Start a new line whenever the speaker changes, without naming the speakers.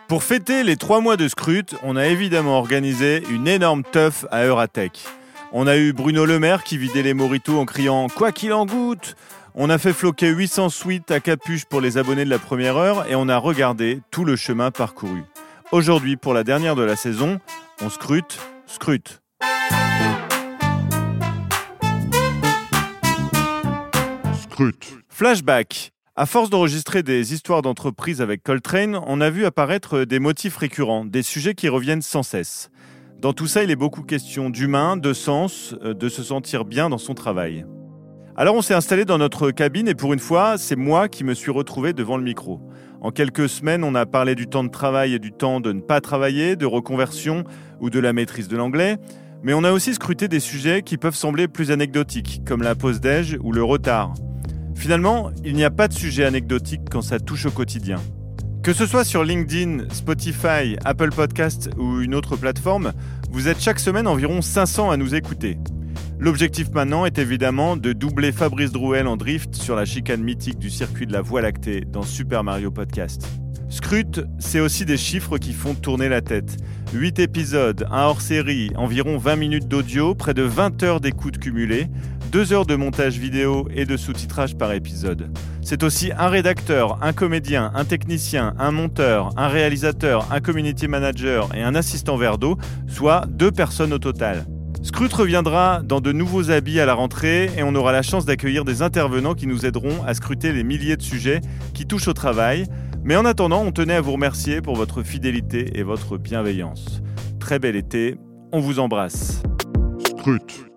Pour fêter les 3 mois de Scrut, on a évidemment organisé une énorme teuf à Euratech. On a eu Bruno Le Maire qui vidait les mojitos en criant « Quoi qu'il en goûte !» On a fait floquer 800 suites à capuche pour les abonnés de la première heure et on a regardé tout le chemin parcouru. Aujourd'hui, pour la dernière de la saison, on scrute. Flashback. À force d'enregistrer des histoires d'entreprise avec Coltrane, on a vu apparaître des motifs récurrents, des sujets qui reviennent sans cesse. Dans tout ça, il est beaucoup question d'humain, de sens, de se sentir bien dans son travail. Alors on s'est installé dans notre cabine et pour une fois, c'est moi qui me suis retrouvé devant le micro. En quelques semaines, on a parlé du temps de travail et du temps de ne pas travailler, de reconversion ou de la maîtrise de l'anglais. Mais on a aussi scruté des sujets qui peuvent sembler plus anecdotiques, comme la pause déj ou le retard. Finalement, il n'y a pas de sujet anecdotique quand ça touche au quotidien. Que ce soit sur LinkedIn, Spotify, Apple Podcasts ou une autre plateforme, vous êtes chaque semaine environ 500 à nous écouter. L'objectif maintenant est évidemment de doubler Fabrice Drouel en drift sur la chicane mythique du circuit de la Voie lactée dans Super Mario Podcast. Scrut, c'est aussi des chiffres qui font tourner la tête. 8 épisodes, un hors-série, environ 20 minutes d'audio, près de 20 heures d'écoute cumulée, 2 heures de montage vidéo et de sous-titrage par épisode. C'est aussi un rédacteur, un comédien, un technicien, un monteur, un réalisateur, un community manager et un assistant verre d'eau, soit 2 personnes au total. Scrut reviendra dans de nouveaux habits à la rentrée et on aura la chance d'accueillir des intervenants qui nous aideront à scruter les milliers de sujets qui touchent au travail. Mais en attendant, on tenait à vous remercier pour votre fidélité et votre bienveillance. Très bel été, on vous embrasse.
Scrut.